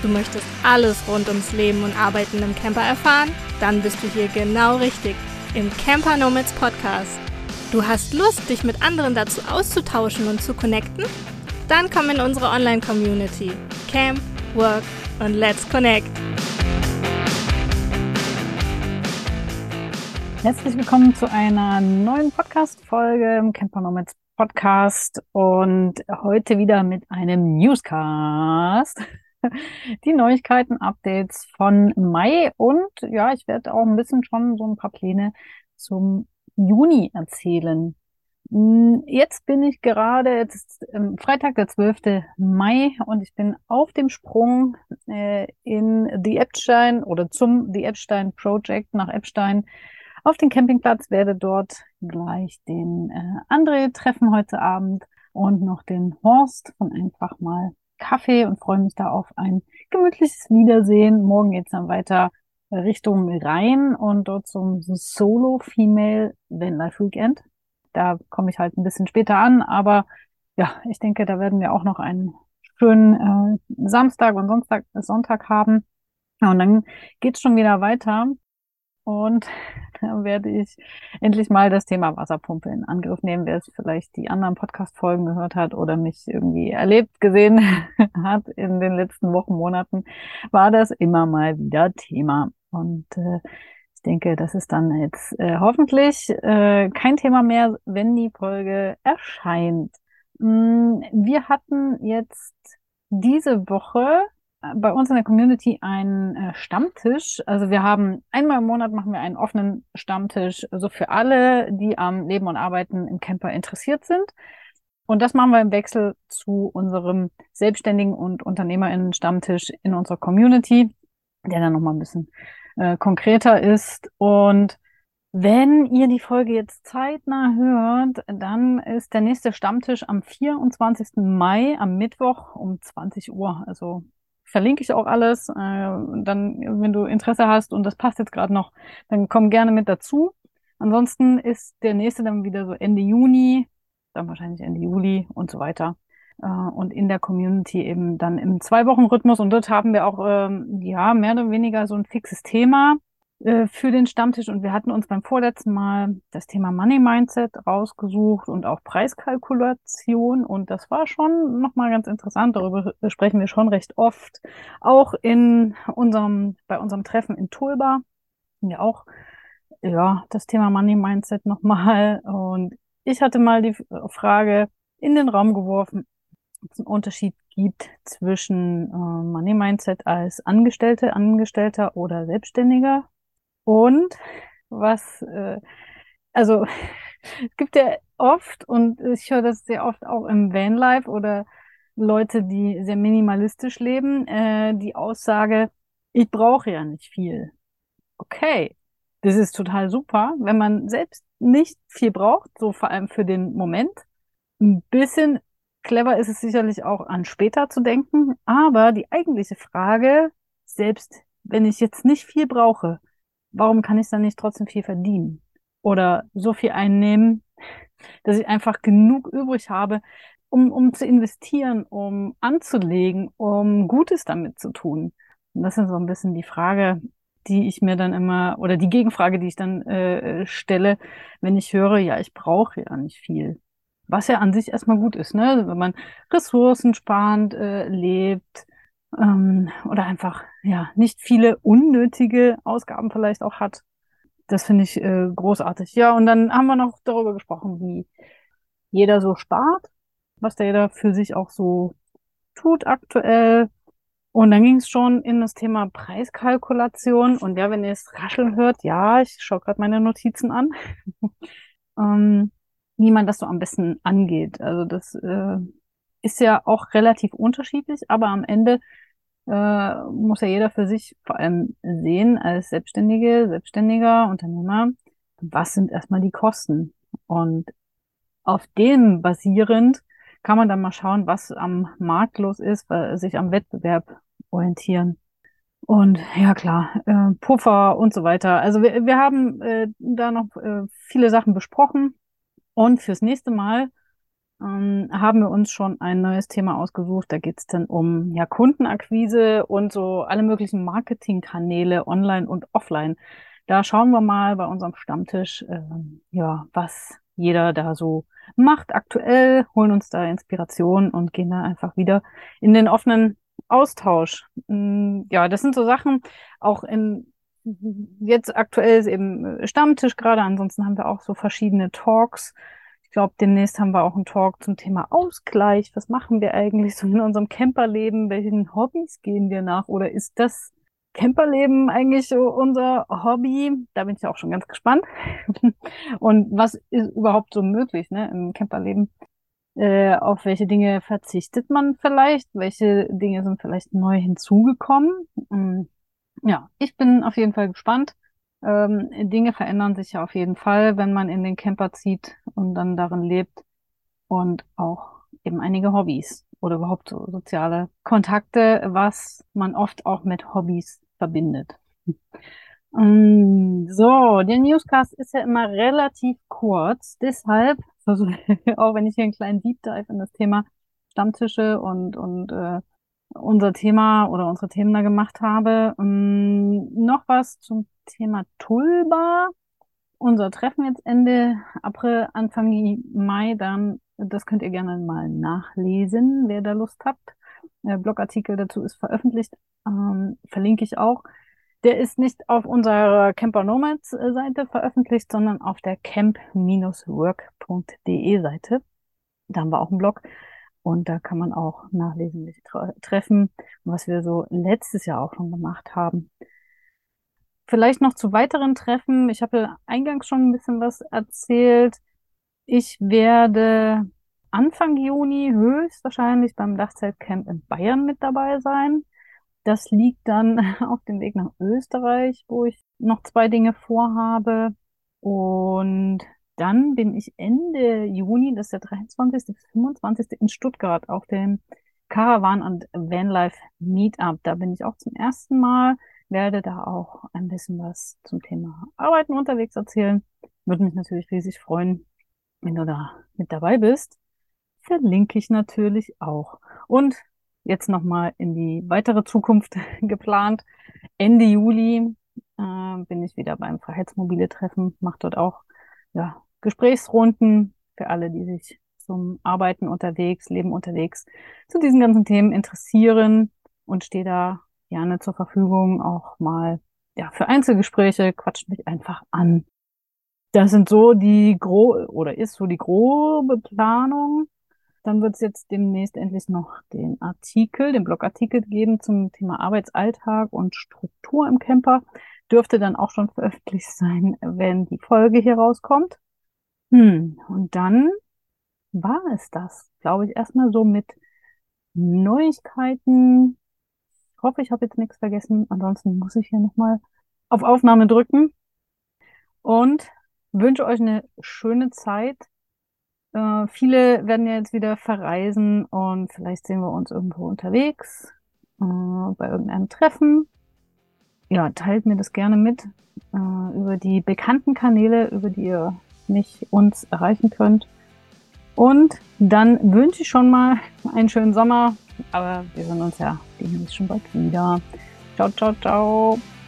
möchtest alles rund ums Leben und Arbeiten im Camper erfahren? Dann bist du hier genau richtig, im Camper Nomads Podcast. Du hast Lust, dich mit anderen dazu auszutauschen und zu connecten? Dann komm in unsere Online-Community. Camp, Work und Let's Connect. Herzlich willkommen zu einer neuen Podcast-Folge im Camper Nomads Podcast und heute wieder mit einem Newscast. Die Neuigkeiten, Updates von Mai und ja, ich werde auch ein bisschen schon so ein paar Pläne zum Juni erzählen. Jetzt bin ich gerade, jetzt Freitag, der 12. Mai und ich bin auf dem Sprung in die Epstein oder zum The Epstein Project nach Epstein auf den Campingplatz, werde dort gleich den André treffen heute Abend und noch den Horst von einfach mal Kaffee und freue mich da auf ein gemütliches Wiedersehen. Morgen geht's dann weiter Richtung Rhein und dort zum Solo Female Vanlife Weekend. Da komme ich halt ein bisschen später an, aber ja, ich denke, da werden wir auch noch einen schönen Samstag und Sonntag haben. Ja, und dann geht's schon wieder weiter. Und da werde ich endlich mal das Thema Wasserpumpe in Angriff nehmen. Wer es vielleicht die anderen Podcast-Folgen gehört hat oder mich irgendwie erlebt, gesehen hat in den letzten Wochen, Monaten, war das immer mal wieder Thema. Und ich denke, das ist dann jetzt hoffentlich kein Thema mehr, wenn die Folge erscheint. Wir hatten jetzt diese Woche bei uns in der Community einen Stammtisch. Also wir haben einmal im Monat machen wir einen offenen Stammtisch, also für alle, die am Leben und Arbeiten im Camper interessiert sind. Und das machen wir im Wechsel zu unserem Selbstständigen und UnternehmerInnen-Stammtisch in unserer Community, der dann nochmal ein bisschen konkreter ist. Und wenn ihr die Folge jetzt zeitnah hört, dann ist der nächste Stammtisch am 24. Mai, am Mittwoch um 20 Uhr. Also verlinke ich auch alles. Dann, wenn du Interesse hast und das passt jetzt gerade noch, dann komm gerne mit dazu. Ansonsten ist der nächste dann wieder so Ende Juni, dann wahrscheinlich Ende Juli und so weiter. Und in der Community eben dann im 2-Wochen-Rhythmus. Und dort haben wir auch ja mehr oder weniger so ein fixes Thema für den Stammtisch. Und wir hatten uns beim vorletzten Mal das Thema Money Mindset rausgesucht und auch Preiskalkulation. Und das war schon nochmal ganz interessant. Darüber sprechen wir schon recht oft. Auch bei unserem Treffen in Tulba haben wir auch, ja, das Thema Money Mindset nochmal. Und ich hatte mal die Frage in den Raum geworfen, ob es einen Unterschied gibt zwischen Money Mindset als Angestellter oder Selbstständiger. Und also es gibt ja oft, und ich höre das sehr oft auch im Vanlife oder Leute, die sehr minimalistisch leben, die Aussage, ich brauche ja nicht viel. Okay, das ist total super, wenn man selbst nicht viel braucht, so vor allem für den Moment. Ein bisschen clever ist es sicherlich auch an später zu denken, aber die eigentliche Frage, selbst wenn ich jetzt nicht viel brauche, warum kann ich dann nicht trotzdem viel verdienen? Oder so viel einnehmen, dass ich einfach genug übrig habe, um zu investieren, um anzulegen, um Gutes damit zu tun. Und das ist so ein bisschen die Frage, die ich mir dann immer, oder die Gegenfrage, die ich dann stelle, wenn ich höre, ja, ich brauche ja nicht viel. Was ja an sich erstmal gut ist, ne? Wenn man ressourcensparend lebt, oder einfach ja nicht viele unnötige Ausgaben vielleicht auch hat. Das finde ich großartig. Ja, und dann haben wir noch darüber gesprochen, wie jeder so spart, was der jeder für sich auch so tut aktuell. Und dann ging es schon in das Thema Preiskalkulation. Und ja, wenn ihr es rascheln hört, ja, ich schaue gerade meine Notizen an, wie man das so am besten angeht. Also das ist ja auch relativ unterschiedlich, aber am Ende muss ja jeder für sich vor allem sehen als Selbstständiger, Unternehmer, was sind erstmal die Kosten? Und auf dem basierend kann man dann mal schauen, was am Markt los ist, sich am Wettbewerb orientieren. Und ja klar, Puffer und so weiter. Also wir haben da noch viele Sachen besprochen und fürs nächste Mal haben wir uns schon ein neues Thema ausgesucht. Da geht es dann um Kundenakquise und so alle möglichen Marketingkanäle online und offline. Da schauen wir mal bei unserem Stammtisch, was jeder da so macht aktuell, holen uns da Inspiration und gehen da einfach wieder in den offenen Austausch. Ja, das sind so Sachen, auch jetzt aktuell ist eben Stammtisch gerade, ansonsten haben wir auch so verschiedene Talks. Ich glaube, demnächst haben wir auch einen Talk zum Thema Ausgleich. Was machen wir eigentlich so in unserem Camperleben? Welchen Hobbys gehen wir nach? Oder ist das Camperleben eigentlich so unser Hobby? Da bin ich auch schon ganz gespannt. Und was ist überhaupt so möglich, ne, im Camperleben? Auf welche Dinge verzichtet man vielleicht? Welche Dinge sind vielleicht neu hinzugekommen? Ja, ich bin auf jeden Fall gespannt. Dinge verändern sich ja auf jeden Fall, wenn man in den Camper zieht und dann darin lebt, und auch eben einige Hobbys oder überhaupt so soziale Kontakte, was man oft auch mit Hobbys verbindet. So, der Newscast ist ja immer relativ kurz, deshalb versuche ich, auch wenn ich hier einen kleinen Deep Dive in das Thema Stammtische und unser Thema oder unsere Themen da gemacht habe. Noch was zum Thema Tulba. Unser Treffen jetzt Ende April, Anfang Mai, dann, das könnt ihr gerne mal nachlesen, wer da Lust habt. Der Blogartikel dazu ist veröffentlicht, verlinke ich auch. Der ist nicht auf unserer Camper Nomads Seite veröffentlicht, sondern auf der camp-work.de Seite. Da haben wir auch einen Blog. Und da kann man auch nachlesen, welche Treffen und was wir so letztes Jahr auch schon gemacht haben. Vielleicht noch zu weiteren Treffen. Ich habe eingangs schon ein bisschen was erzählt. Ich werde Anfang Juni höchstwahrscheinlich beim Dachzeltcamp in Bayern mit dabei sein. Das liegt dann auf dem Weg nach Österreich, wo ich noch 2 Dinge vorhabe. Und dann bin ich Ende Juni, das ist der 23. bis 25. in Stuttgart auf dem Caravan und Vanlife Meetup. Da bin ich auch zum ersten Mal, werde da auch ein bisschen was zum Thema Arbeiten unterwegs erzählen. Würde mich natürlich riesig freuen, wenn du da mit dabei bist. Verlinke ich natürlich auch. Und jetzt nochmal in die weitere Zukunft geplant. Ende Juli bin ich wieder beim Freiheitsmobile-Treffen, mache dort auch Gesprächsrunden für alle, die sich zum Arbeiten unterwegs, Leben unterwegs zu diesen ganzen Themen interessieren, und stehe da gerne zur Verfügung, auch mal für Einzelgespräche. Quatscht mich einfach an. Das sind so ist so die grobe Planung. Dann wird es jetzt demnächst endlich noch den Blogartikel geben zum Thema Arbeitsalltag und Struktur im Camper. Dürfte dann auch schon veröffentlicht sein, wenn die Folge hier rauskommt. Und dann war es das, glaube ich, erstmal so mit Neuigkeiten. Ich hoffe, ich habe jetzt nichts vergessen. Ansonsten muss ich hier nochmal auf Aufnahme drücken und wünsche euch eine schöne Zeit. Viele werden ja jetzt wieder verreisen und vielleicht sehen wir uns irgendwo unterwegs, bei irgendeinem Treffen. Ja, teilt mir das gerne mit, über die bekannten Kanäle, über die ihr uns erreichen könnt. Und dann wünsche ich schon mal einen schönen Sommer, aber wir sehen uns ja demnächst schon bald wieder. Ciao, ciao, ciao.